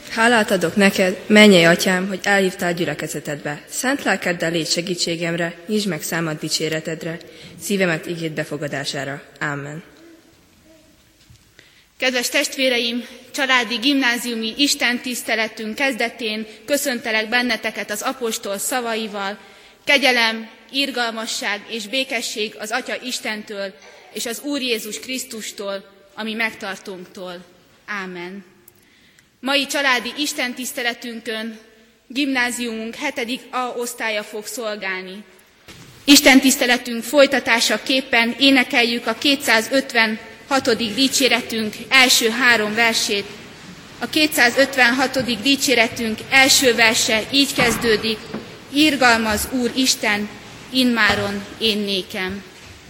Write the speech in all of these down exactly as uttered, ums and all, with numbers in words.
Hálát adok neked, mennyei atyám, hogy elhívtál gyülekezetedbe. Szent lelkeddel légy segítségemre, nyisd meg számad dicséretedre, szívemet igéd befogadására. Amen. Kedves testvéreim, családi gimnáziumi istentiszteletünk kezdetén köszöntelek benneteket az apostol szavaival. Kegyelem, irgalmasság és békesség az Atya Istentől és az Úr Jézus Krisztustól, ami megtartónktól. Ámen. Mai családi istentiszteletünkön gimnáziumunk hetedik A osztálya fog szolgálni. Istentiszteletünk folytatásaképpen énekeljük a kétszázötvenhatodik dicséretünk első három versét. A kétszázötvenhatodik dicséretünk első verse így kezdődik: Irgalmaz Úr Isten, immáron én nékem.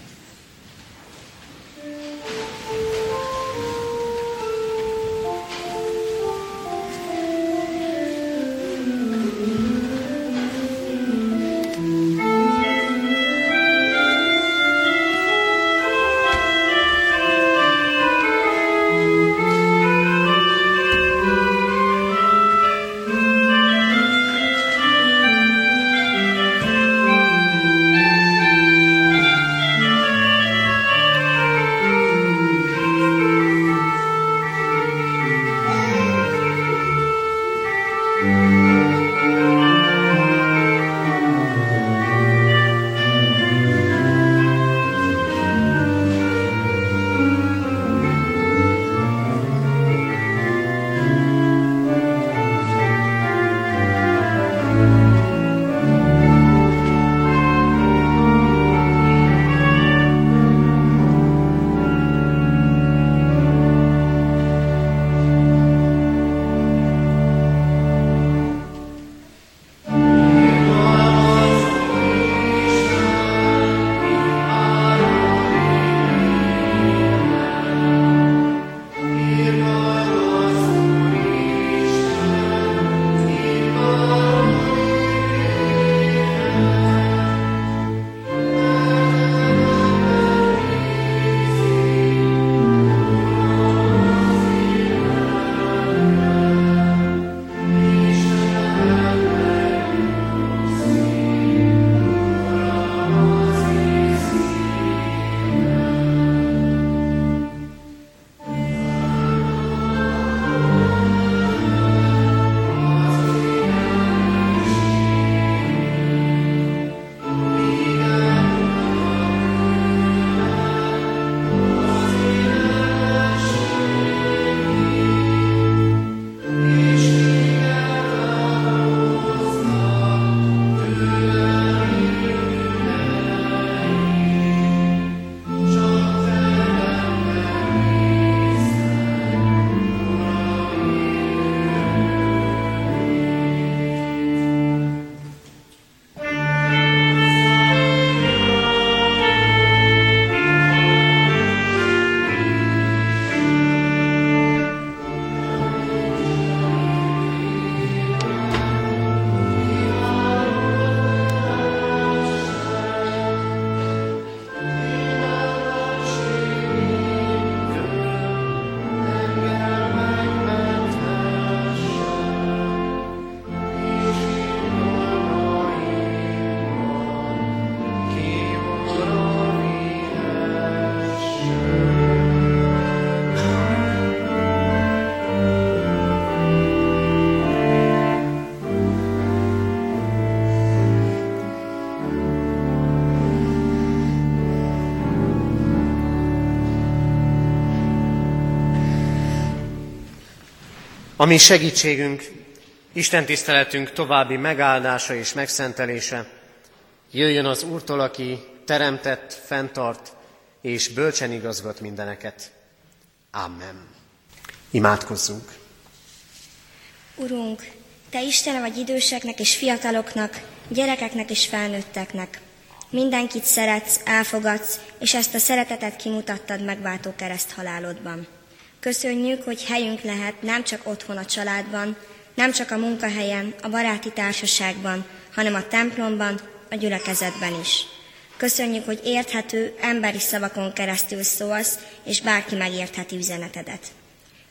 A mi segítségünk, istentiszteletünk további megáldása és megszentelése jöjjön az Úrtól, aki teremtett, fenntart és bölcsen igazgat mindeneket. Amen. Imádkozzunk. Urunk, Te Isten vagy időseknek és fiataloknak, gyerekeknek és felnőtteknek. Mindenkit szeretsz, elfogadsz, és ezt a szeretetet kimutattad megváltó kereszt halálodban. Köszönjük, hogy helyünk lehet nem csak otthon a családban, nem csak a munkahelyen, a baráti társaságban, hanem a templomban, a gyülekezetben is. Köszönjük, hogy érthető, emberi szavakon keresztül szólsz, és bárki megértheti üzenetedet.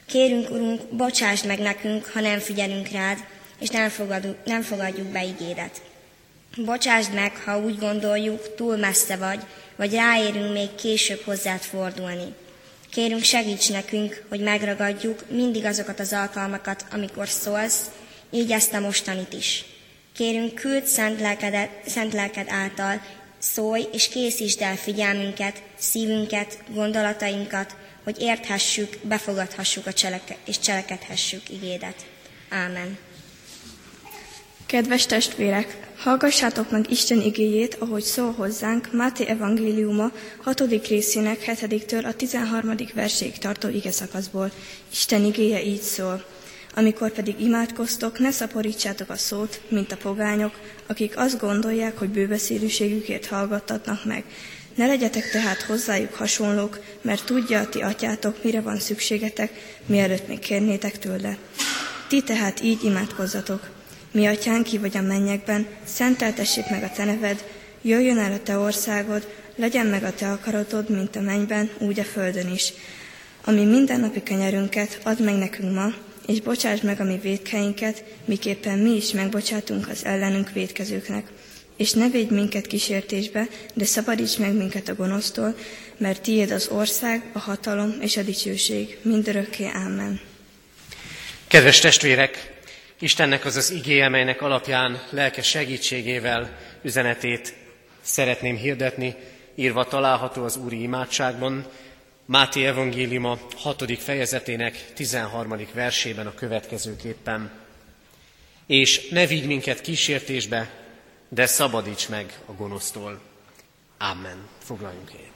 Kérünk, Urunk, bocsásd meg nekünk, ha nem figyelünk rád, és nem fogadjuk, nem fogadjuk be igédet. Bocsásd meg, ha úgy gondoljuk, túl messze vagy, vagy ráérünk még később hozzád fordulni. Kérünk, segíts nekünk, hogy megragadjuk mindig azokat az alkalmakat, amikor szólsz, így ezt a mostanit is. Kérünk, küld szent lelked, szent lelked által, szólj és készítsd el figyelmünket, szívünket, gondolatainkat, hogy érthessük, befogadhassuk a cseleke- és cselekedhessük igédet. Ámen. Kedves testvérek, hallgassátok meg Isten igéjét, ahogy szól hozzánk Máté evangéliuma hatodik részének hetediktől a tizenharmadik verséig tartó igeszakaszból. Isten igéje így szól. Amikor pedig imádkoztok, ne szaporítsátok a szót, mint a pogányok, akik azt gondolják, hogy bőbeszédűségükért hallgattatnak meg. Ne legyetek tehát hozzájuk hasonlók, mert tudja a ti atyátok, mire van szükségetek, mielőtt még kérnétek tőle. Ti tehát így imádkozzatok. Mi atyánk, ki vagy a mennyekben, szenteltessék meg a te neved, jöjjön el a te országod, legyen meg a te akaratod, mint a mennyben, úgy a földön is. Ami mindennapi kenyerünket add meg nekünk ma, és bocsásd meg a mi vétkeinket, miképpen mi is megbocsátunk az ellenünk vétkezőknek. És ne védj minket kísértésbe, de szabadíts meg minket a gonosztól, mert tiéd az ország, a hatalom és a dicsőség, mindörökké. Ámen. Kedves testvérek, Istennek az az igéje, melynek alapján lelke segítségével üzenetét szeretném hirdetni, írva található az úri imádságban, Máté evangéliuma hatodik fejezetének tizenharmadik versében a következőképpen. És ne vigy minket kísértésbe, de szabadíts meg a gonosztól. Amen. Foglaljunk helyet.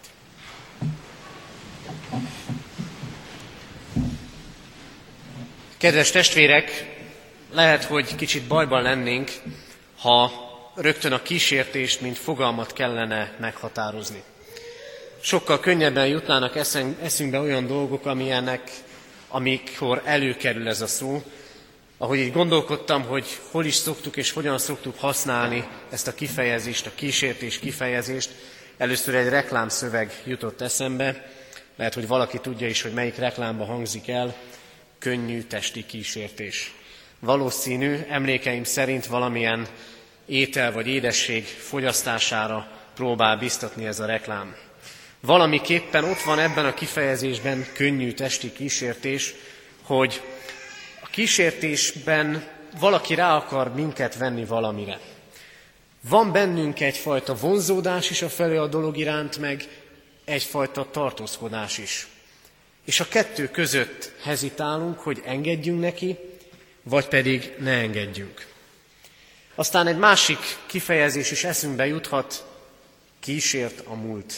Kedves testvérek, lehet, hogy kicsit bajban lennénk, ha rögtön a kísértést, mint fogalmat kellene meghatározni. Sokkal könnyebben jutnának eszünkbe olyan dolgok, amilyenek, amikor előkerül ez a szó. Ahogy így gondolkodtam, hogy hol is szoktuk és hogyan szoktuk használni ezt a kifejezést, a kísértés kifejezést, először egy reklámszöveg jutott eszembe. Lehet, hogy valaki tudja is, hogy melyik reklámba hangzik el. Könnyű testi kísértés. Valószínű, emlékeim szerint valamilyen étel vagy édesség fogyasztására próbál biztatni ez a reklám. Valamiképpen ott van ebben a kifejezésben könnyű testi kísértés, hogy a kísértésben valaki rá akar minket venni valamire. Van bennünk egyfajta vonzódás is a felé a dolog iránt, meg egyfajta tartózkodás is. És a kettő között hezitálunk, hogy engedjünk neki, vagy pedig ne engedjünk. Aztán egy másik kifejezés is eszünkbe juthat, kísért a múlt.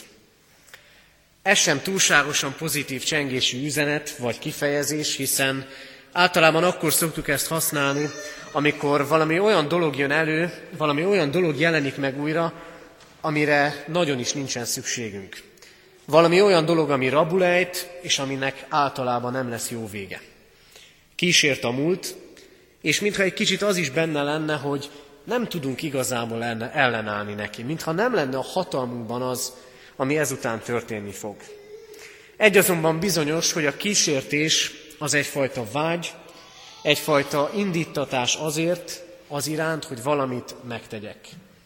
Ez sem túlságosan pozitív csengésű üzenet vagy kifejezés, hiszen általában akkor szoktuk ezt használni, amikor valami olyan dolog jön elő, valami olyan dolog jelenik meg újra, amire nagyon is nincsen szükségünk. Valami olyan dolog, ami rabulejt, és aminek általában nem lesz jó vége. Kísért a múlt, és mintha egy kicsit az is benne lenne, hogy nem tudunk igazából ellenállni neki, mintha nem lenne a hatalmunkban az, ami ezután történni fog. Egy azonban bizonyos, hogy a kísértés az egyfajta vágy, egyfajta indítatás azért, az iránt, hogy valamit megtegyek.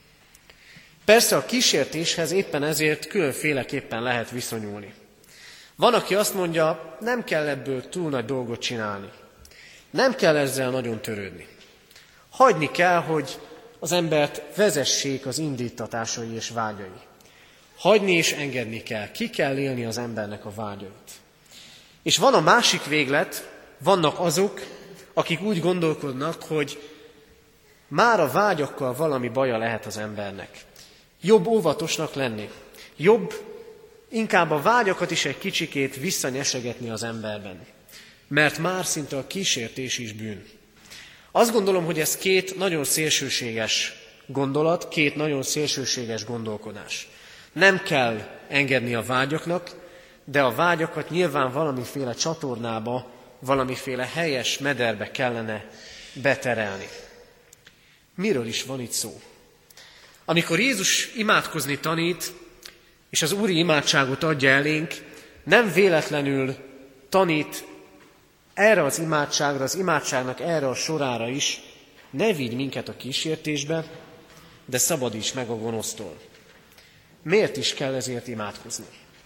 Persze a kísértéshez éppen ezért különféleképpen lehet viszonyulni. Van, aki azt mondja, nem kell ebből túl nagy dolgot csinálni. Nem kell ezzel nagyon törődni. Hagyni kell, hogy az embert vezessék az indítatásai és vágyai. Hagyni és engedni kell. Ki kell élni az embernek a vágyait. És van a másik véglet, vannak azok, akik úgy gondolkodnak, hogy már a vágyakkal valami baja lehet az embernek. Jobb óvatosnak lenni. Jobb inkább a vágyakat is egy kicsikét visszanyesegetni az emberben. Mert már szinte a kísértés is bűn. Azt gondolom, hogy ez két nagyon szélsőséges gondolat, két nagyon szélsőséges gondolkodás. Nem kell engedni a vágyaknak, de a vágyakat nyilván valamiféle csatornába, valamiféle helyes mederbe kellene beterelni. Miről is van itt szó? Amikor Jézus imádkozni tanít, és az úri imádságot adja elénk, nem véletlenül tanít erre az imádságra, az imádságnak erre a sorára is: ne vigy minket a kísértésbe, de szabadíts meg a gonosztól. Miért is kell ezért imádkozni?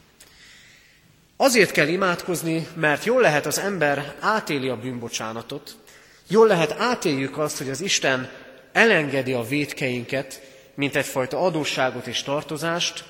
Azért kell imádkozni, mert jól lehet az ember átéli a bűnbocsánatot, jól lehet átéljük azt, hogy az Isten elengedi a vétkeinket, mint egyfajta adósságot és tartozást,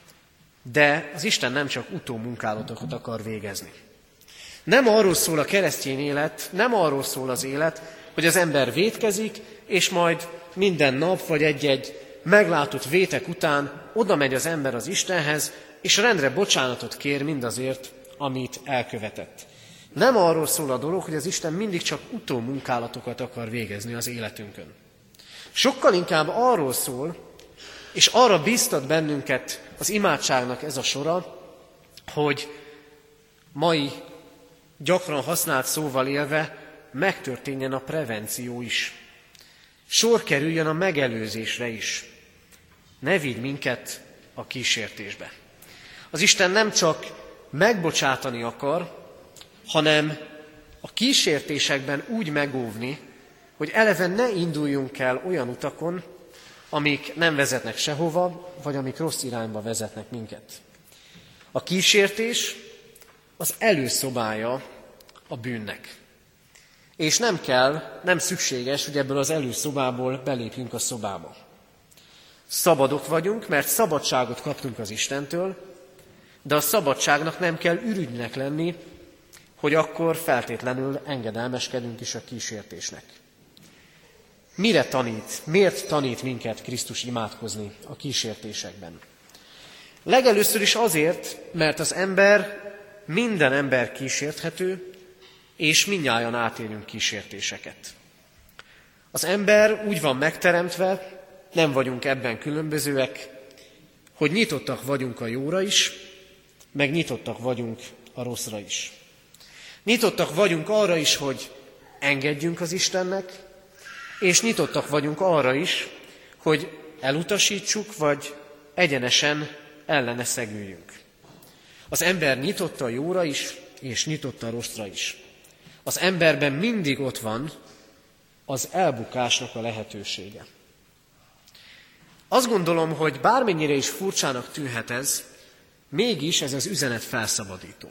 de az Isten nem csak utómunkálatokat akar végezni. Nem arról szól a keresztény élet, nem arról szól az élet, hogy az ember vétkezik, és majd minden nap vagy egy-egy meglátott vétek után oda megy az ember az Istenhez, és rendre bocsánatot kér mindazért, amit elkövetett. Nem arról szól a dolog, hogy az Isten mindig csak utómunkálatokat akar végezni az életünkön. Sokkal inkább arról szól, és arra bíztat bennünket az imádságnak ez a sora, hogy mai gyakran használt szóval élve megtörténjen a prevenció is. Sor kerüljön a megelőzésre is. Ne vigy minket a kísértésbe. Az Isten nem csak megbocsátani akar, hanem a kísértésekben úgy megóvni, hogy eleve ne induljunk el olyan utakon, amik nem vezetnek sehova, vagy amik rossz irányba vezetnek minket. A kísértés az előszobája a bűnnek. És nem kell, nem szükséges, hogy ebből az előszobából belépjünk a szobába. Szabadok vagyunk, mert szabadságot kaptunk az Istentől, de a szabadságnak nem kell ürügynek lenni, hogy akkor feltétlenül engedelmeskedünk is a kísértésnek. Mire tanít, miért tanít minket Krisztus imádkozni a kísértésekben? Legelőször is azért, mert az ember, minden ember kísérthető, és mindnyájan átélünk kísértéseket. Az ember úgy van megteremtve, nem vagyunk ebben különbözőek, hogy nyitottak vagyunk a jóra is, meg nyitottak vagyunk a rosszra is. Nyitottak vagyunk arra is, hogy engedjünk az Istennek, és nyitottak vagyunk arra is, hogy elutasítsuk, vagy egyenesen ellene szegüljünk. Az ember nyitott a jóra is, és nyitott a rosszra is. Az emberben mindig ott van az elbukásnak a lehetősége. Azt gondolom, hogy bármennyire is furcsának tűnhet ez, mégis ez az üzenet felszabadító.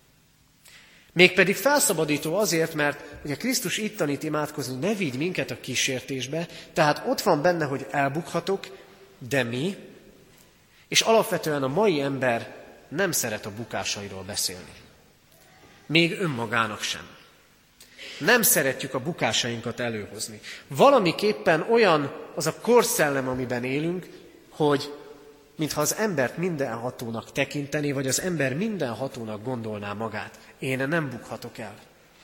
Mégpedig felszabadító azért, mert ugye Krisztus itt tanít imádkozni, ne vigy minket a kísértésbe, tehát ott van benne, hogy elbukhatok, de mi, és alapvetően a mai ember nem szeret a bukásairól beszélni. Még önmagának sem. Nem szeretjük a bukásainkat előhozni. Valamiképpen olyan az a korszellem, amiben élünk, hogy mintha az embert mindenhatónak tekinteni, vagy az ember mindenhatónak gondolná magát. Én nem bukhatok el.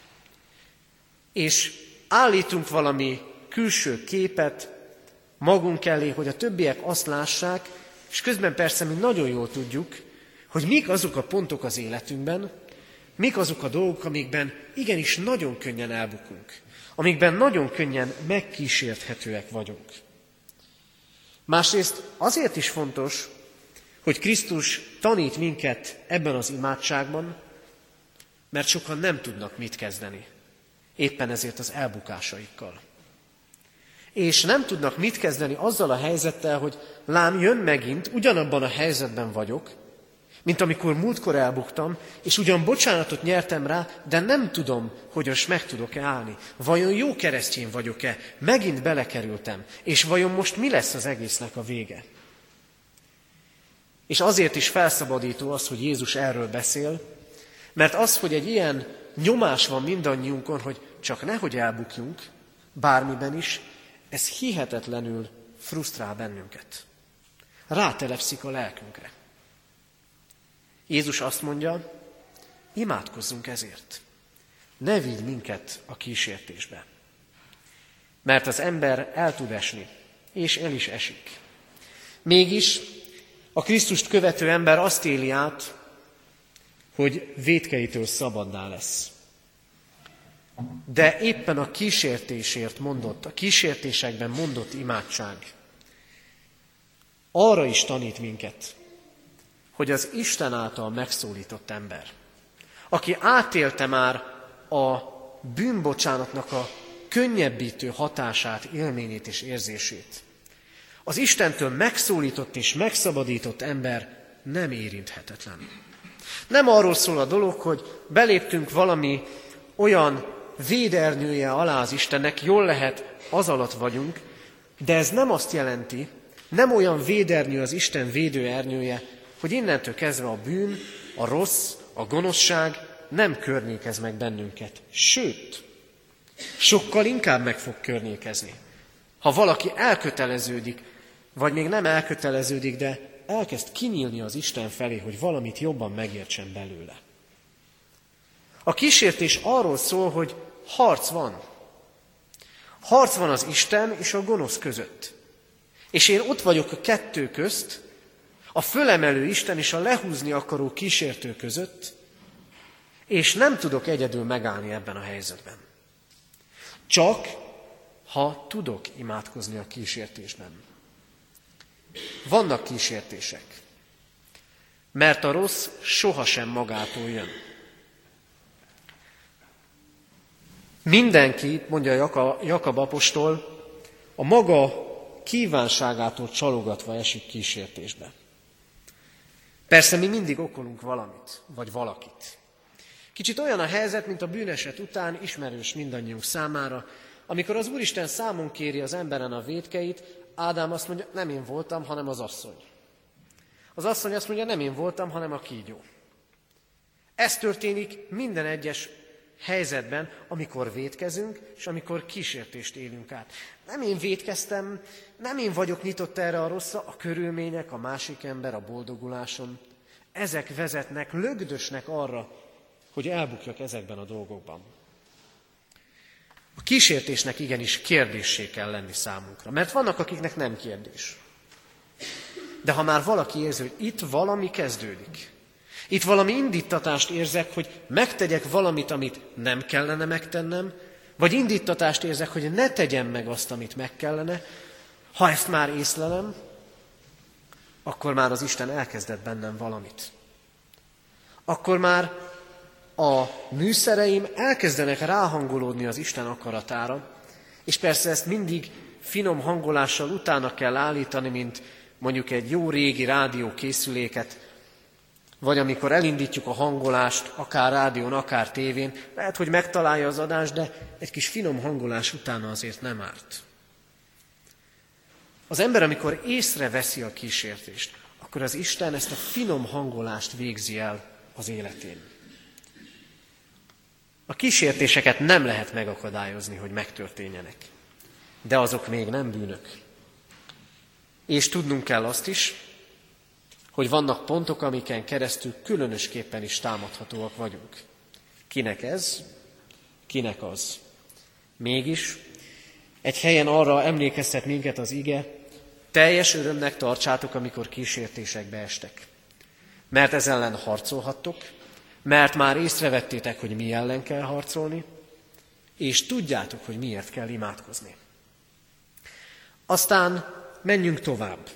És állítunk valami külső képet magunk elé, hogy a többiek azt lássák, és közben persze mi nagyon jól tudjuk, hogy mik azok a pontok az életünkben, mik azok a dolgok, amikben igenis nagyon könnyen elbukunk, amikben nagyon könnyen megkísérthetőek vagyunk. Másrészt azért is fontos, hogy Krisztus tanít minket ebben az imádságban, mert sokan nem tudnak mit kezdeni, éppen ezért az elbukásaikkal. És nem tudnak mit kezdeni azzal a helyzettel, hogy lám jön megint, ugyanabban a helyzetben vagyok, mint amikor múltkor elbuktam, és ugyan bocsánatot nyertem rá, de nem tudom, hogy most meg tudok-e állni. Vajon jó keresztény vagyok-e? Megint belekerültem, és vajon most mi lesz az egésznek a vége? És azért is felszabadító az, hogy Jézus erről beszél, mert az, hogy egy ilyen nyomás van mindannyiunkon, hogy csak nehogy elbukjunk, bármiben is, ez hihetetlenül frusztrál bennünket. Rátelepszik a lelkünkre. Jézus azt mondja, imádkozzunk ezért. Ne vigy minket a kísértésbe. Mert az ember el tud esni, és el is esik. Mégis a Krisztust követő ember azt éli át, hogy vétkeitől szabaddá lesz. De éppen a kísértésért mondott, a kísértésekben mondott imádság arra is tanít minket, hogy az Isten által megszólított ember, aki átélte már a bűnbocsánatnak a könnyebbítő hatását, élményét és érzését. Az Istentől megszólított és megszabadított ember nem érinthetetlen. Nem arról szól a dolog, hogy beléptünk valami olyan védernyője alá az Istennek, jól lehet, az alatt vagyunk, de ez nem azt jelenti, nem olyan védernyő az Isten védőernyője, hogy innentől kezdve a bűn, a rossz, a gonoszság nem környékez meg bennünket. Sőt, sokkal inkább meg fog környékezni. Ha valaki elköteleződik, vagy még nem elköteleződik, de elkezd kinyílni az Isten felé, hogy valamit jobban megértsen belőle. A kísértés arról szól, hogy harc van. Harc van az Isten és a gonosz között. És én ott vagyok a kettő közt, a fölemelő Isten és a lehúzni akaró kísértő között, és nem tudok egyedül megállni ebben a helyzetben. Csak, ha tudok imádkozni a kísértésben. Vannak kísértések, mert a rossz sohasem magától jön. Mindenki, mondja Jakab apostol, a maga kívánságától csalogatva esik kísértésbe. Persze mi mindig okolunk valamit, vagy valakit. Kicsit olyan a helyzet, mint a bűneset után, ismerős mindannyiunk számára, amikor az Úristen számon kéri az emberen a vétkeit, Ádám azt mondja, nem én voltam, hanem az asszony. Az asszony azt mondja, nem én voltam, hanem a kígyó. Ez történik minden egyes helyzetben, amikor vétkezünk, és amikor kísértést élünk át. Nem én vétkeztem, nem én vagyok nyitott erre a rosszra, a körülmények, a másik ember, a boldogulásom. Ezek vezetnek, lögdösnek arra, hogy elbukjak ezekben a dolgokban. A kísértésnek igenis kérdéssé kell lenni számunkra, mert vannak, akiknek nem kérdés. De ha már valaki érzi, hogy itt valami kezdődik, itt valami indítatást érzek, hogy megtegyek valamit, amit nem kellene megtennem, vagy indítatást érzek, hogy ne tegyem meg azt, amit meg kellene, ha ezt már észlelem, akkor már az Isten elkezdett bennem valamit. Akkor már a műszereim elkezdenek ráhangolódni az Isten akaratára, és persze ezt mindig finom hangolással utána kell állítani, mint mondjuk egy jó régi rádiókészüléket, vagy amikor elindítjuk a hangolást, akár rádión, akár tévén, lehet, hogy megtalálja az adást, de egy kis finom hangolás utána azért nem árt. Az ember, amikor észreveszi a kísértést, akkor az Isten ezt a finom hangolást végzi el az életén. A kísértéseket nem lehet megakadályozni, hogy megtörténjenek, de azok még nem bűnök. És tudnunk kell azt is, hogy vannak pontok, amiken keresztül különösképpen is támadhatóak vagyunk. Kinek ez, kinek az. Mégis egy helyen arra emlékeztet minket az ige, teljes örömnek tartsátok, amikor kísértésekbe estek. Mert ez ellen harcolhattok, mert már észrevettétek, hogy mi ellen kell harcolni, és tudjátok, hogy miért kell imádkozni. Aztán menjünk tovább.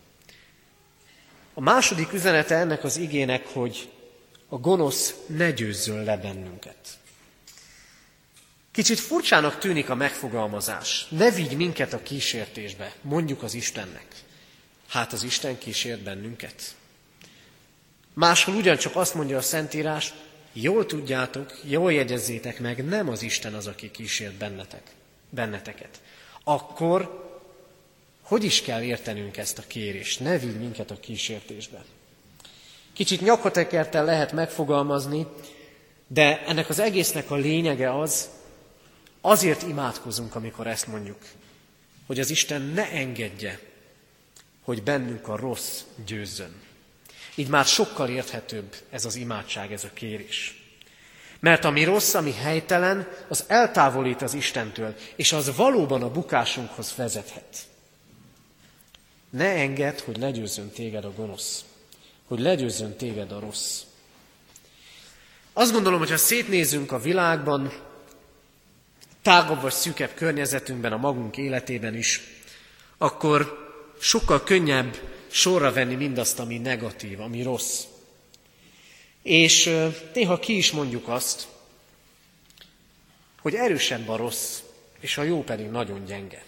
A második üzenete ennek az igének, hogy a gonosz ne győzzön le bennünket. Kicsit furcsának tűnik a megfogalmazás. Ne vigy minket a kísértésbe, mondjuk az Istennek. Hát az Isten kísért bennünket. Máshol ugyancsak azt mondja a Szentírás, jól tudjátok, jól jegyezzétek meg, nem az Isten az, aki kísért bennetek, benneteket. Akkor hogy is kell értenünk ezt a kérést? Ne vigy minket a kísértésbe. Kicsit nyakatekerten lehet megfogalmazni, de ennek az egésznek a lényege az, azért imádkozunk, amikor ezt mondjuk, hogy az Isten ne engedje, hogy bennünk a rossz győzzön. Így már sokkal érthetőbb ez az imádság, ez a kérés. Mert ami rossz, ami helytelen, az eltávolít az Istentől, és az valóban a bukásunkhoz vezethet. Ne engedd, hogy legyőzzön téged a gonosz, hogy legyőzzön téged a rossz. Azt gondolom, hogy ha szétnézünk a világban, tágabb vagy szűkebb környezetünkben, a magunk életében is, akkor sokkal könnyebb sorra venni mindazt, ami negatív, ami rossz. És néha ki is mondjuk azt, hogy erősebb a rossz, és a jó pedig nagyon gyenge.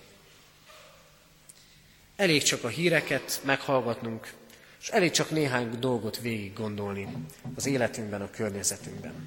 Elég csak a híreket meghallgatnunk, és elég csak néhány dolgot végig gondolni az életünkben, a környezetünkben.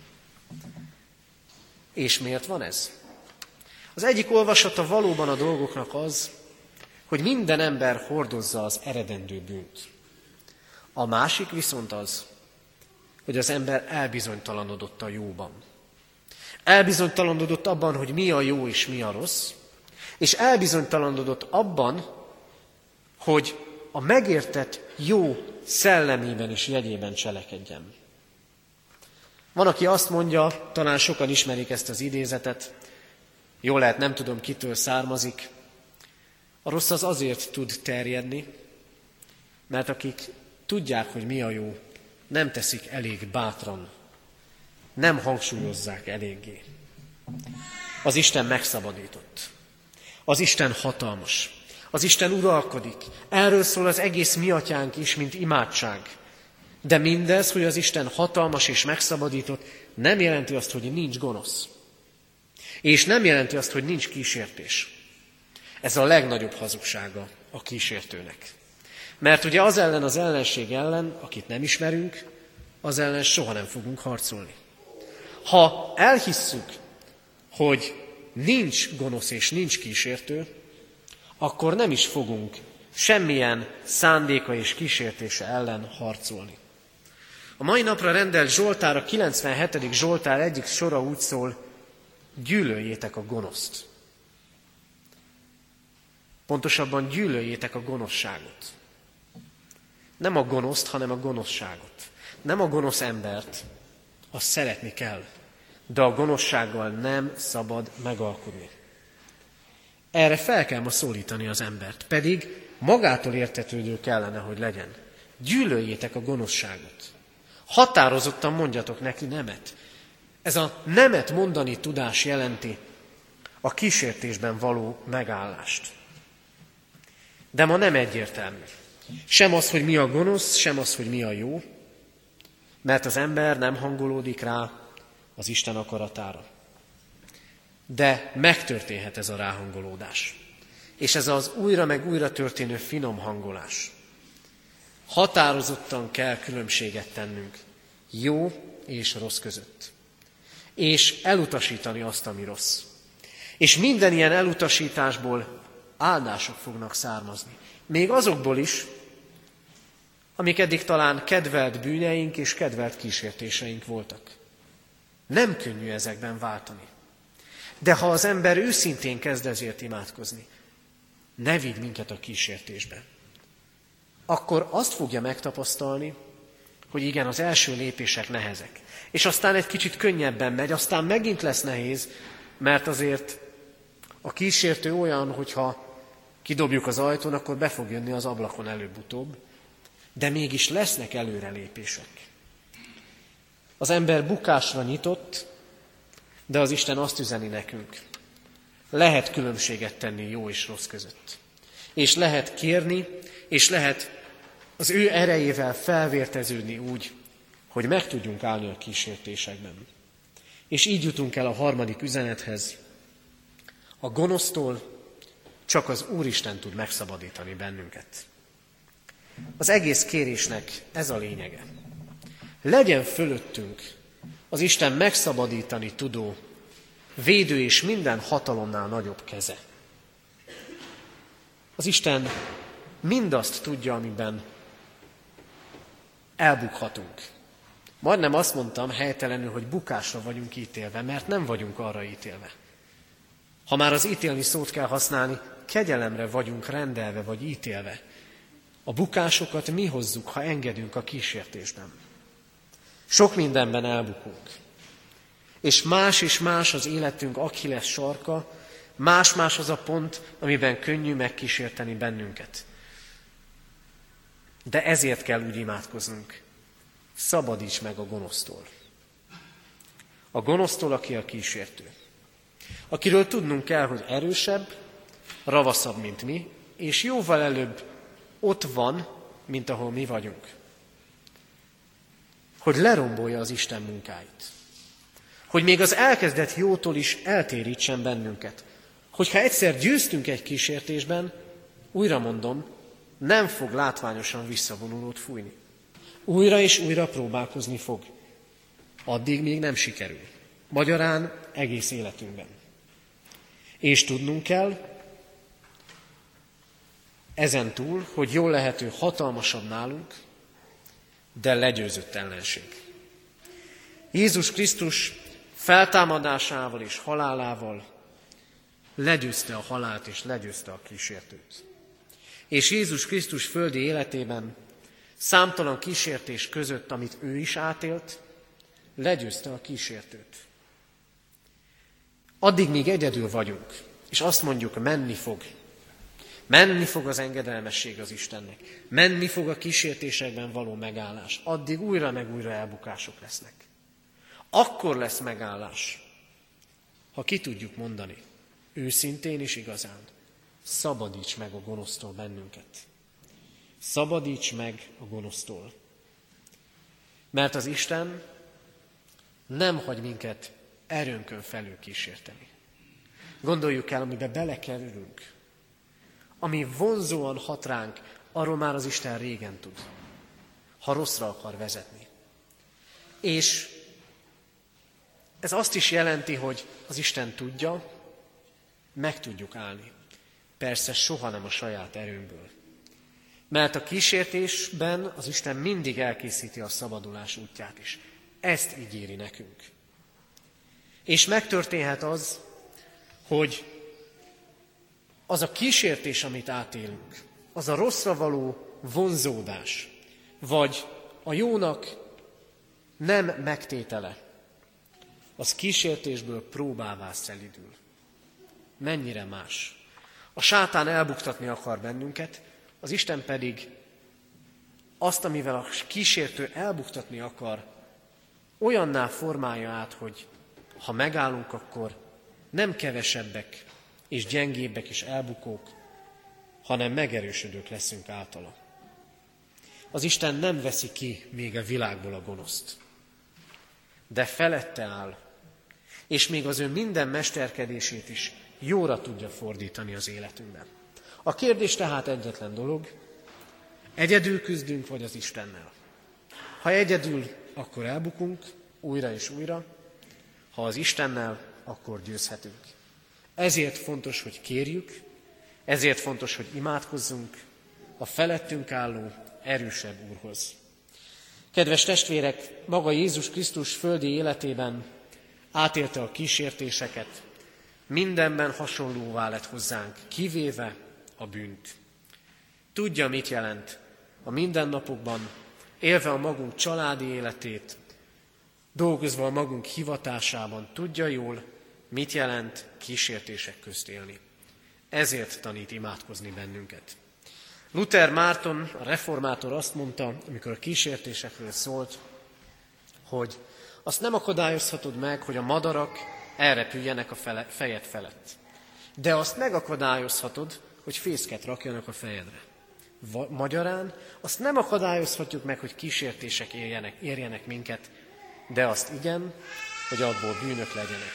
És miért van ez? Az egyik olvasata valóban a dolgoknak az, hogy minden ember hordozza az eredendő bűnt. A másik viszont az, hogy az ember elbizonytalanodott a jóban. Elbizonytalanodott abban, hogy mi a jó és mi a rossz, és elbizonytalanodott abban, hogy a megértett jó szellemében és jegyében cselekedjen. Van, aki azt mondja, talán sokan ismerik ezt az idézetet, jól lehet, nem tudom, kitől származik, a rossz az azért tud terjedni, mert akik tudják, hogy mi a jó, nem teszik elég bátran, nem hangsúlyozzák eléggé. Az Isten megszabadított. Az Isten hatalmas. Az Isten uralkodik. Erről szól az egész mi atyánk is, mint imádság. De mindez, hogy az Isten hatalmas és megszabadított, nem jelenti azt, hogy nincs gonosz. És nem jelenti azt, hogy nincs kísértés. Ez a legnagyobb hazugsága a kísértőnek. Mert ugye az ellen, az ellenség ellen, akit nem ismerünk, az ellen soha nem fogunk harcolni. Ha elhisszük, hogy nincs gonosz és nincs kísértő, akkor nem is fogunk semmilyen szándéka és kísértése ellen harcolni. A mai napra rendelt Zsoltár, a kilencvenhetedik Zsoltár egyik sora úgy szól, gyűlöljétek a gonoszt. Pontosabban gyűlöljétek a gonoszságot. Nem a gonoszt, hanem a gonoszságot. Nem a gonosz embert, azt szeretni kell, de a gonoszsággal nem szabad megalkudni. Erre fel kell ma szólítani az embert, pedig magától értetődő kellene, hogy legyen. Gyűlöljétek a gonoszságot. Határozottan mondjatok neki nemet. Ez a nemet mondani tudás jelenti a kísértésben való megállást. De ma nem egyértelmű. Sem az, hogy mi a gonosz, sem az, hogy mi a jó, mert az ember nem hangolódik rá az Isten akaratára. De megtörténhet ez a ráhangolódás. És ez az újra meg újra történő finom hangolás. Határozottan kell különbséget tennünk jó és rossz között. És elutasítani azt, ami rossz. És minden ilyen elutasításból áldások fognak származni. Még azokból is, amik eddig talán kedvelt bűneink és kedvelt kísértéseink voltak. Nem könnyű ezekben váltani. De ha az ember őszintén kezd ezért imádkozni, ne vigy minket a kísértésbe, akkor azt fogja megtapasztalni, hogy igen, az első lépések nehezek. És aztán egy kicsit könnyebben megy, aztán megint lesz nehéz, mert azért a kísértő olyan, hogyha kidobjuk az ajtón, akkor be fog jönni az ablakon előbb-utóbb, de mégis lesznek előrelépések. Az ember bukásra nyitott, de az Isten azt üzeni nekünk. Lehet különbséget tenni jó és rossz között. És lehet kérni, és lehet az ő erejével felvérteződni úgy, hogy meg tudjunk állni a kísértésekben. És így jutunk el a harmadik üzenethez. A gonosztól csak az Úristen tud megszabadítani bennünket. Az egész kérésnek ez a lényege. Legyen fölöttünk az Isten megszabadítani tudó, védő és minden hatalomnál nagyobb keze. Az Isten mindazt tudja, amiben elbukhatunk. Majdnem azt mondtam helytelenül, hogy bukásra vagyunk ítélve, mert nem vagyunk arra ítélve. Ha már az ítélni szót kell használni, kegyelemre vagyunk rendelve vagy ítélve. A bukásokat mi hozzuk, ha engedünk a kísértésben. Sok mindenben elbukunk. És más és más az életünk Achilles sarka, más-más az a pont, amiben könnyű megkísérteni bennünket. De ezért kell úgy imádkoznunk. Szabadíts meg a gonosztól. A gonosztól, aki a kísértő. Akiről tudnunk kell, hogy erősebb, ravaszabb, mint mi, és jóval előbb ott van, mint ahol mi vagyunk. Hogy lerombolja az Isten munkáit. hogy még az elkezdett jótól is eltérítsen bennünket. Hogyha egyszer győztünk egy kísértésben, újra mondom, nem fog látványosan visszavonulót fújni. Újra és újra próbálkozni fog. Addig még nem sikerül. Magyarán egész életünkben. És tudnunk kell, ezen túl, hogy jól lehető hatalmasabb nálunk, de legyőzött ellenség. Jézus Krisztus feltámadásával és halálával legyőzte a halált és legyőzte a kísértőt. És Jézus Krisztus földi életében számtalan kísértés között, amit ő is átélt, legyőzte a kísértőt. Addig még egyedül vagyunk, és azt mondjuk, menni fog. Menni fog az engedelmesség az Istennek. Menni fog a kísértésekben való megállás. Addig újra meg újra elbukások lesznek. Akkor lesz megállás, ha ki tudjuk mondani, őszintén és igazán, szabadíts meg a gonosztól bennünket. Szabadíts meg a gonosztól. Mert az Isten nem hagy minket erőnkön felül kísérteni. Gondoljuk el, amiben belekerülünk, ami vonzóan hat ránk, arról már az Isten régen tud, ha rosszra akar vezetni. És ez azt is jelenti, hogy az Isten tudja, meg tudjuk állni. Persze soha nem a saját erőnkből. Mert a kísértésben az Isten mindig elkészíti a szabadulás útját is. Ezt ígéri nekünk. És megtörténhet az, hogy az a kísértés, amit átélünk, az a rosszra való vonzódás, vagy a jónak nem megtétele, az kísértésből próbává szelidül. Mennyire más. A sátán elbuktatni akar bennünket, az Isten pedig azt, amivel a kísértő elbuktatni akar, olyanná formálja át, hogy ha megállunk, akkor nem kevesebbek és gyengébbek és elbukók, hanem megerősödők leszünk általa. Az Isten nem veszi ki még a világból a gonoszt, de felette áll, és még az ő minden mesterkedését is jóra tudja fordítani az életünkben. A kérdés tehát egyetlen dolog, egyedül küzdünk, vagy az Istennel. Ha egyedül, akkor elbukunk, újra és újra, ha az Istennel, akkor győzhetünk. Ezért fontos, hogy kérjük, ezért fontos, hogy imádkozzunk a felettünk álló erősebb Úrhoz. Kedves testvérek, maga Jézus Krisztus földi életében átélte a kísértéseket, mindenben hasonlóvá lett hozzánk, kivéve a bűnt. Tudja, mit jelent a mindennapokban, élve a magunk családi életét, dolgozva a magunk hivatásában, tudja jól, mit jelent kísértések közt élni. Ezért tanít imádkozni bennünket. Luther Márton, a reformátor azt mondta, amikor a kísértésekről szólt, hogy azt nem akadályozhatod meg, hogy a madarak elrepüljenek a fele, fejed felett. De azt megakadályozhatod, hogy fészket rakjanak a fejedre. Va- magyarán azt nem akadályozhatjuk meg, hogy kísértések érjenek, érjenek minket, de azt igen, hogy abból bűnök legyenek.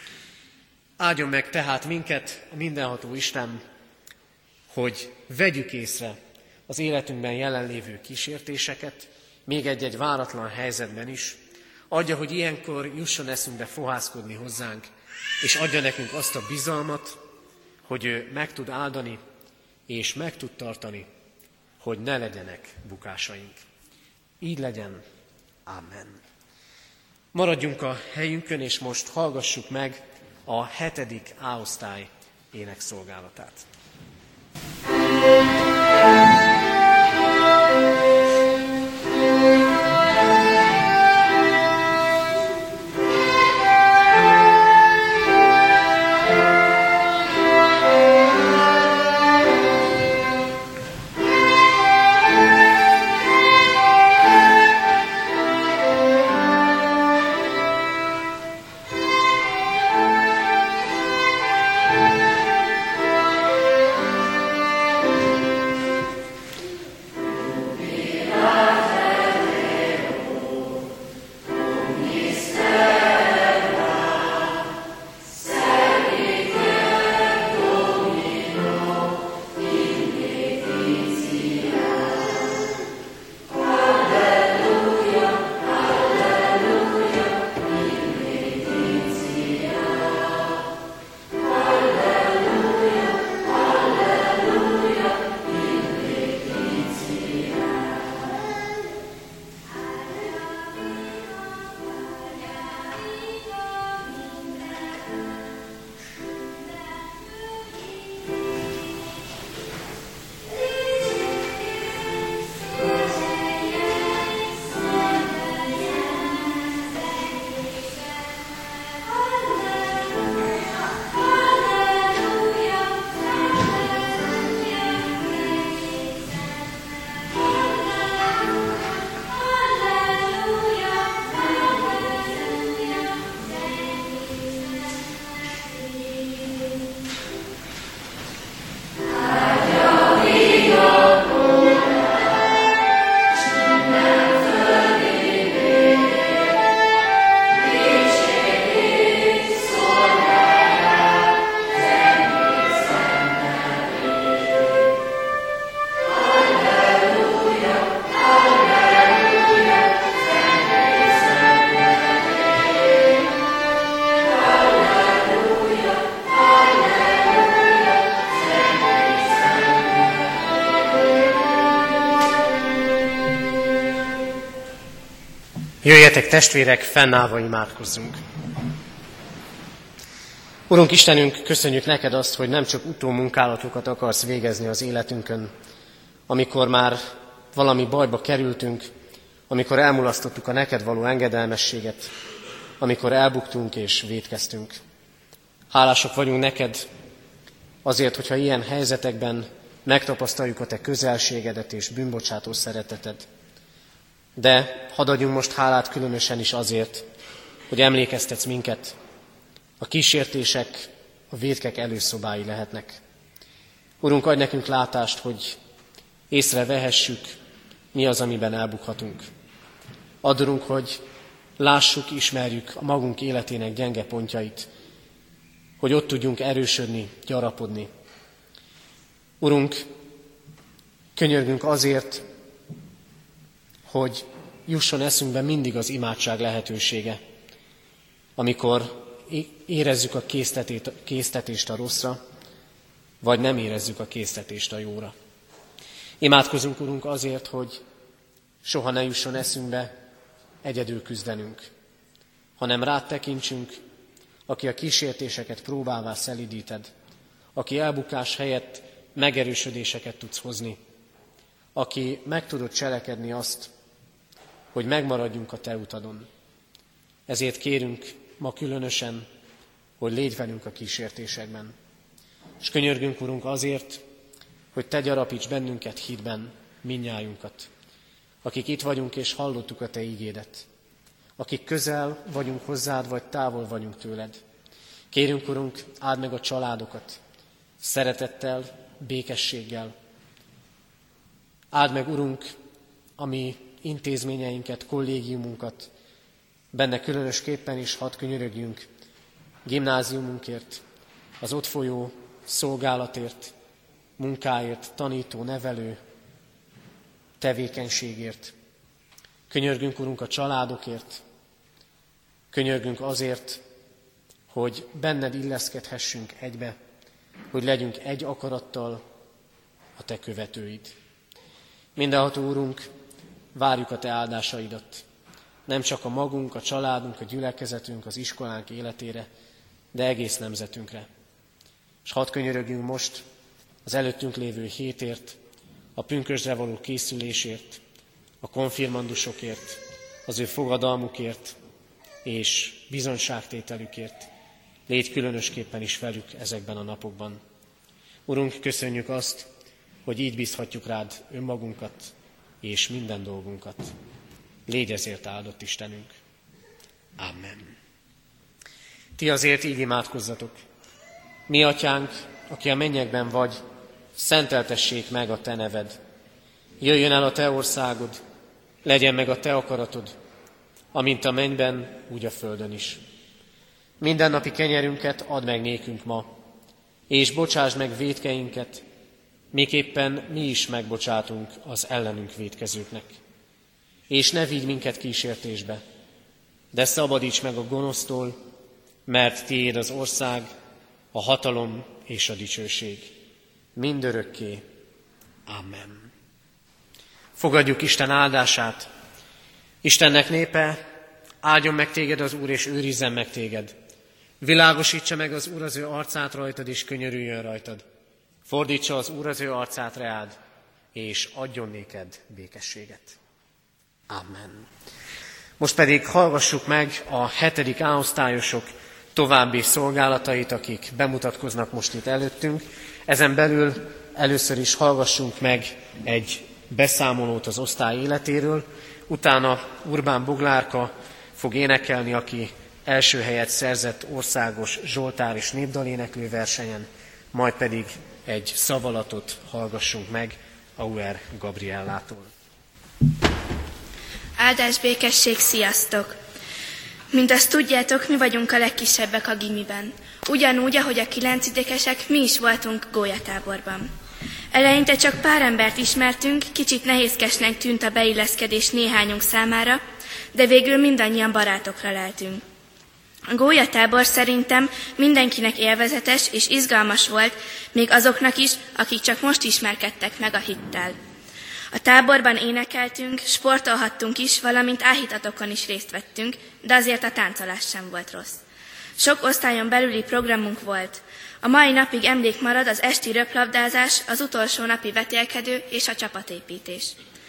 Áldjon meg tehát minket a mindenható Isten, hogy vegyük észre az életünkben jelenlévő kísértéseket, még egy-egy váratlan helyzetben is, adja, hogy ilyenkor jusson eszünkbe fohászkodni hozzánk, és adja nekünk azt a bizalmat, hogy ő meg tud áldani, és meg tud tartani, hogy ne legyenek bukásaink. Így legyen. Amen. Maradjunk a helyünkön, és most hallgassuk meg a hetedik A-osztály énekszolgálatát. Thank you. Jöjjetek, testvérek, fennállva imádkozzunk. Urunk Istenünk, köszönjük neked azt, hogy nem csak utómunkálatokat akarsz végezni az életünkön, amikor már valami bajba kerültünk, amikor elmulasztottuk a neked való engedelmességet, amikor elbuktunk és vétkeztünk. Hálások vagyunk neked azért, hogyha ilyen helyzetekben megtapasztaljuk a te közelségedet és bűnbocsátó szereteted. De hadd adjunk most hálát különösen is azért, hogy emlékeztetsz minket. A kísértések a vétkek előszobái lehetnek. Urunk, adj nekünk látást, hogy észrevehessük, mi az, amiben elbukhatunk. Add, Urunk, hogy lássuk, ismerjük a magunk életének gyenge pontjait, hogy ott tudjunk erősödni, gyarapodni. Urunk, könyörgünk azért, hogy jusson eszünkbe mindig az imádság lehetősége, amikor érezzük a késztetést a rosszra, vagy nem érezzük a késztetést a jóra. Imádkozunk, Urunk, azért, hogy soha ne jusson eszünkbe egyedül küzdenünk, hanem rád tekintsünk, aki a kísértéseket próbálvá szelídíted, aki elbukás helyett megerősödéseket tudsz hozni, aki meg tudod cselekedni azt, hogy megmaradjunk a te utadon. Ezért kérünk ma különösen, hogy légy velünk a kísértésekben. És könyörgünk, Urunk, azért, hogy te gyarapíts bennünket hitben, mindnyájunkat, akik itt vagyunk és hallottuk a te ígédet, akik közel vagyunk hozzád, vagy távol vagyunk tőled. Kérünk, Urunk, áld meg a családokat, szeretettel, békességgel. Áld meg, Urunk, a mi intézményeinket, kollégiumunkat, benne különösképpen is hadd könyörögjünk gimnáziumunkért, az ott folyó szolgálatért, munkáért, tanító, nevelő tevékenységért. Könyörgünk, Urunk, a családokért, könyörgünk azért, hogy benned illeszkedhessünk egybe, hogy legyünk egy akarattal a te követőid. Mindenható Úrunk, várjuk a te áldásaidat, nem csak a magunk, a családunk, a gyülekezetünk, az iskolánk életére, de egész nemzetünkre. És hadd könyörögjünk most az előttünk lévő hétért, a pünkösdre való készülésért, a konfirmandusokért, az ő fogadalmukért és bizonyságtételükért. Légy különösképpen is velük ezekben a napokban. Urunk, köszönjük azt, hogy így bízhatjuk rád önmagunkat és minden dolgunkat. Légy ezért áldott Istenünk. Amen. Ti azért így imádkozzatok. Mi, Atyánk, aki a mennyekben vagy, szenteltessék meg a te neved. Jöjjön el a te országod, legyen meg a te akaratod, amint a mennyben, úgy a földön is. Mindennapi kenyerünket add meg nékünk ma, és bocsásd meg vétkeinket, miképpen mi is megbocsátunk az ellenünk vétkezőknek. És ne vigy minket kísértésbe, de szabadíts meg a gonosztól, mert tiéd az ország, a hatalom és a dicsőség. Mindörökké. Amen. Fogadjuk Isten áldását. Istennek népe, áldjon meg téged az Úr, és őrizzen meg téged. Világosítsa meg az Úr az ő arcát rajtad, és könyörüljön rajtad. Fordítsa az Úr az ő arcát reád, és adjon néked békességet. Amen. Most pedig hallgassuk meg a hetedik A-osztályosok további szolgálatait, akik bemutatkoznak most itt előttünk. Ezen belül először is hallgassunk meg egy beszámolót az osztály életéről, utána Urbán Boglárka fog énekelni, aki első helyet szerzett országos zsoltár és népdaléneklő versenyen, majd pedig egy szavalatot hallgassunk meg Auer Gabriellától. Áldás, békesség, sziasztok! Mint azt tudjátok, mi vagyunk a legkisebbek a gimiben. Ugyanúgy, ahogy a kilencidikesek, mi is voltunk gólyatáborban. Eleinte csak pár embert ismertünk, kicsit nehézkesnek tűnt a beilleszkedés néhányunk számára, de végül mindannyian barátokra leltünk. A gólyatábor szerintem mindenkinek élvezetes és izgalmas volt, még azoknak is, akik csak most ismerkedtek meg a hittel. A táborban énekeltünk, sportolhattunk is, valamint áhítatokon is részt vettünk, de azért a táncolás sem volt rossz. Sok osztályon belüli programunk volt. A mai napig emlék marad az esti röplabdázás, az utolsó napi vetélkedő és a csapatépítés.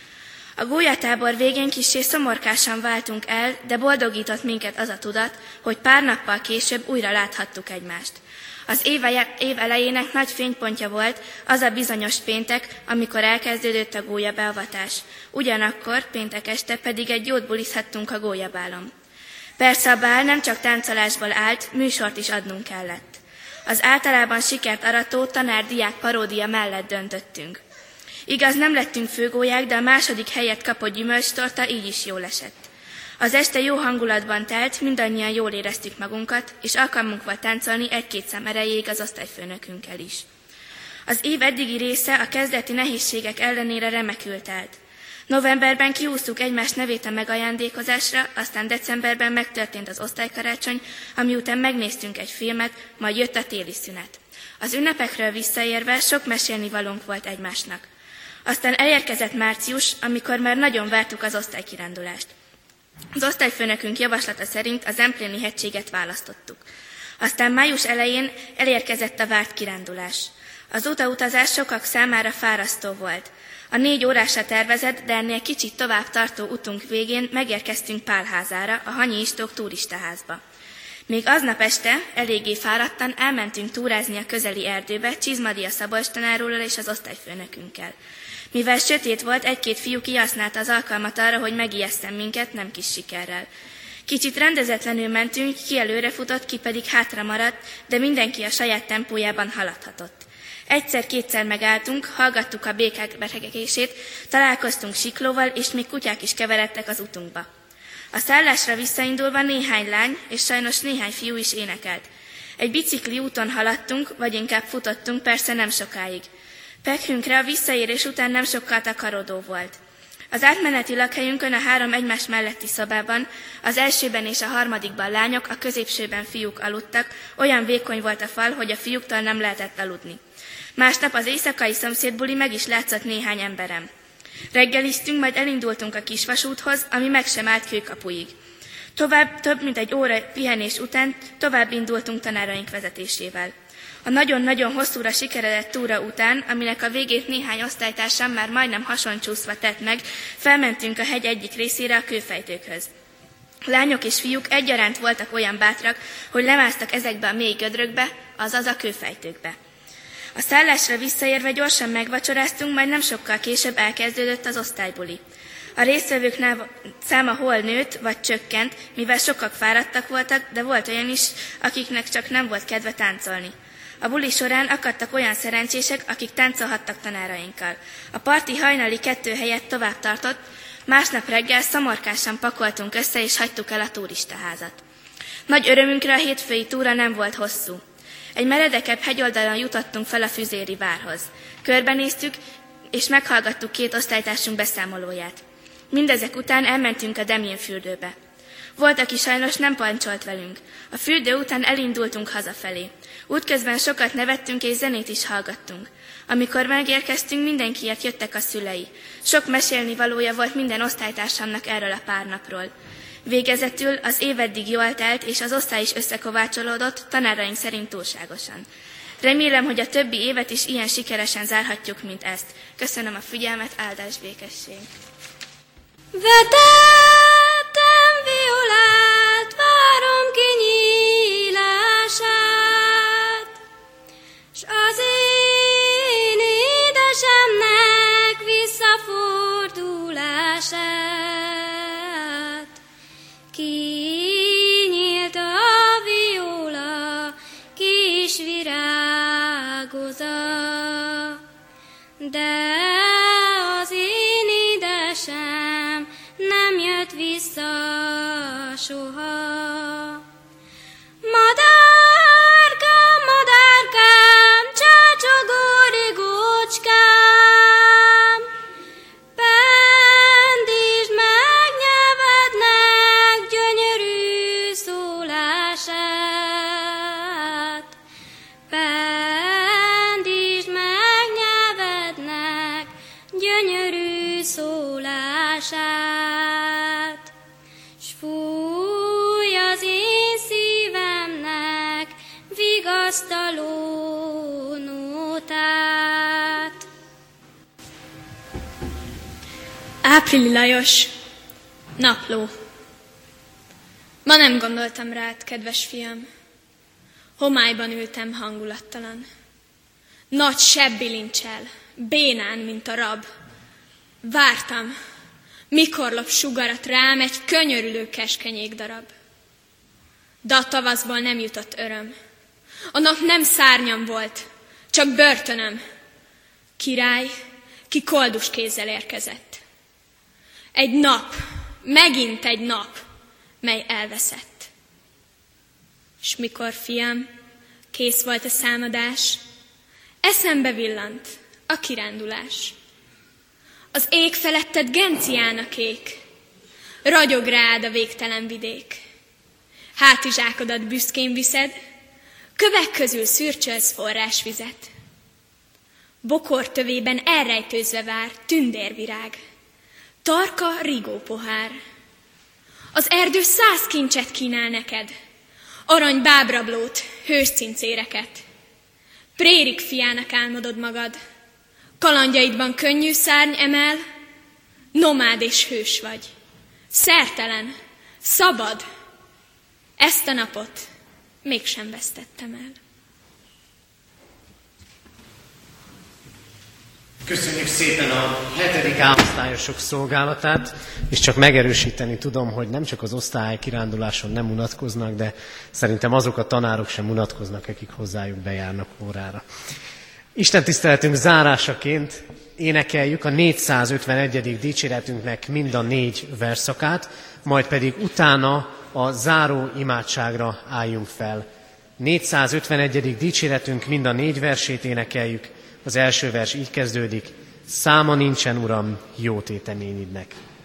A gólyatábor végén kissé szomorkásan váltunk el, de boldogított minket az a tudat, hogy pár nappal később újra láthattuk egymást. Az év elejének nagy fénypontja volt az a bizonyos péntek, amikor elkezdődött a gólyabeavatás. Ugyanakkor péntek este pedig egy jót bulizhattunk a gólyabálon. Persze a bál nem csak táncolásból állt, műsort is adnunk kellett. Az általában sikert arató tanár-diák paródia mellett döntöttünk. Igaz, nem lettünk főgólyák, de a második helyet kapott gyümölcstorta így is jól esett. Az este jó hangulatban telt, mindannyian jól éreztük magunkat, és alkalmunk volt táncolni egy-két szem erejéig az osztályfőnökünkkel is. Az év eddigi része a kezdeti nehézségek ellenére remekül telt. Novemberben kiúztuk egymás nevét a megajándékozásra, aztán decemberben megtörtént az osztálykarácsony, ami után megnéztünk egy filmet, majd jött a téli szünet. Az ünnepekről visszaérve sok mesélnivalónk volt egymásnak. Aztán elérkezett március, amikor már nagyon vártuk az osztálykirándulást. Az osztályfőnökünk javaslata szerint a Zempléni hegységet választottuk. Aztán május elején elérkezett a várt kirándulás. Az utautazás sokak számára fárasztó volt. A négy órásra tervezett, de ennél kicsit tovább tartó utunk végén megérkeztünk Pálházára, a Hanyi Istók turistaházba. Még aznap este, eléggé fáradtan, elmentünk túrázni a közeli erdőbe Csizmadia Szabolcs tanárúrral és az osztályfőnökünkkel. Mivel sötét volt, egy-két fiú kihasználta az alkalmat arra, hogy megijesztem minket, nem kis sikerrel. Kicsit rendezetlenül mentünk, ki előre futott, ki pedig hátra maradt, de mindenki a saját tempójában haladhatott. Egyszer-kétszer megálltunk, hallgattuk a békák berhegekését, találkoztunk siklóval, és még kutyák is keveredtek az utunkba. A szállásra visszaindulva néhány lány, és sajnos néhány fiú is énekelt. Egy bicikli úton haladtunk, vagy inkább futottunk, persze nem sokáig. Pekhünkre a visszaérés után nem sokkal takarodó volt. Az átmeneti lakhelyünkön a három egymás melletti szobában, az elsőben és a harmadikban lányok, a középsőben fiúk aludtak, olyan vékony volt a fal, hogy a fiúktól nem lehetett aludni. Másnap az éjszakai szomszédbuli meg is látszott néhány emberem. Reggeliztünk, majd elindultunk a kisvasúthoz, ami meg sem állt Kőkapuig. Tovább, több mint egy óra pihenés után tovább indultunk tanáraink vezetésével. A nagyon-nagyon hosszúra sikeredett túra után, aminek a végét néhány osztálytársam már majdnem hasoncsúszva tett meg, felmentünk a hegy egyik részére a kőfejtőkhöz. Lányok és fiúk egyaránt voltak olyan bátrak, hogy lemásztak ezekbe a mély gödrökbe, azaz a kőfejtőkbe. A szállásra visszaérve gyorsan megvacsoráztunk, majd nem sokkal később elkezdődött az osztálybuli. A résztvevők száma hol nőtt, vagy csökkent, mivel sokak fáradtak voltak, de volt olyan is, akiknek csak nem volt kedve táncolni. A buli során akadtak olyan szerencsések, akik táncolhattak tanárainkkal. A parti hajnali kettő helyett tovább tartott, másnap reggel szamorkásan pakoltunk össze, és hagytuk el a turistaházat. Nagy örömünkre a hétfői túra nem volt hosszú. Egy meredekebb hegyoldalon jutottunk fel a Füzéri várhoz. Körbenéztük, és meghallgattuk két osztálytársunk beszámolóját. Mindezek után elmentünk a Demjén fürdőbe. Volt, aki sajnos nem pancsolt velünk. A fürdő után elindultunk hazafelé. Útközben sokat nevettünk és zenét is hallgattunk. Amikor megérkeztünk, mindenkiért jöttek a szülei. Sok mesélnivalója volt minden osztálytársamnak erről a pár napról. Végezetül az év eddig jól telt, és az osztály is összekovácsolódott, tanáraink szerint túlságosan. Remélem, hogy a többi évet is ilyen sikeresen zárhatjuk, mint ezt. Köszönöm a figyelmet, áldás békesség! Vetettem violát, várom kinyílását, s az én édesemnek visszafordulását. Kinyílt a viola, kis virágoza, de az én édesem nem jött vissza soha. Madárkám, madárkám, csácsogó rigócskám, pendítsd meg nyelvednek gyönyörű szólását. Pendítsd meg nyelvednek gyönyörű Áprili Lajos, napló. Ma nem gondoltam rád, kedves fiam. Homályban ültem hangulattalan. Nagy sebb bilincsel, bénán, mint a rab. Vártam, mikor lop sugarat rám egy könyörülő keskenyék darab. De a tavaszból nem jutott öröm. A nap nem szárnyam volt, csak börtönöm. Király, ki koldus kézzel érkezett. Egy nap, megint egy nap, mely elveszett. És mikor, fiam, kész volt a számadás, eszembe villant a kirándulás. Az ég feletted genciának ék, ragyog rád a végtelen vidék. Hátizsákodat büszkén viszed, kövek közül szürcsölsz forrásvizet. Bokor tövében elrejtőzve vár tündérvirág, tarka rigó pohár. Az erdő száz kincset kínál neked, arany bábrablót, hős cincéreket. Prérik fiának álmodod magad, kalandjaidban könnyű szárny emel, nomád és hős vagy, szertelen, szabad. Ezt a napot mégsem vesztettem el. Köszönjük szépen a hetedik A-osztályosok szolgálatát, és csak megerősíteni tudom, hogy nem csak az osztály kiránduláson nem unatkoznak, de szerintem azok a tanárok sem unatkoznak, akik hozzájuk bejárnak órára. Isten tiszteletünk zárásaként énekeljük a négyszázötvenegyedik dicséretünknek mind a négy verszakát, majd pedig utána a záró imádságra álljunk fel. négyszázötvenegyedik dicséretünk mind a négy versét énekeljük. Az első vers így kezdődik: száma nincsen, Uram, jó téteményidnek.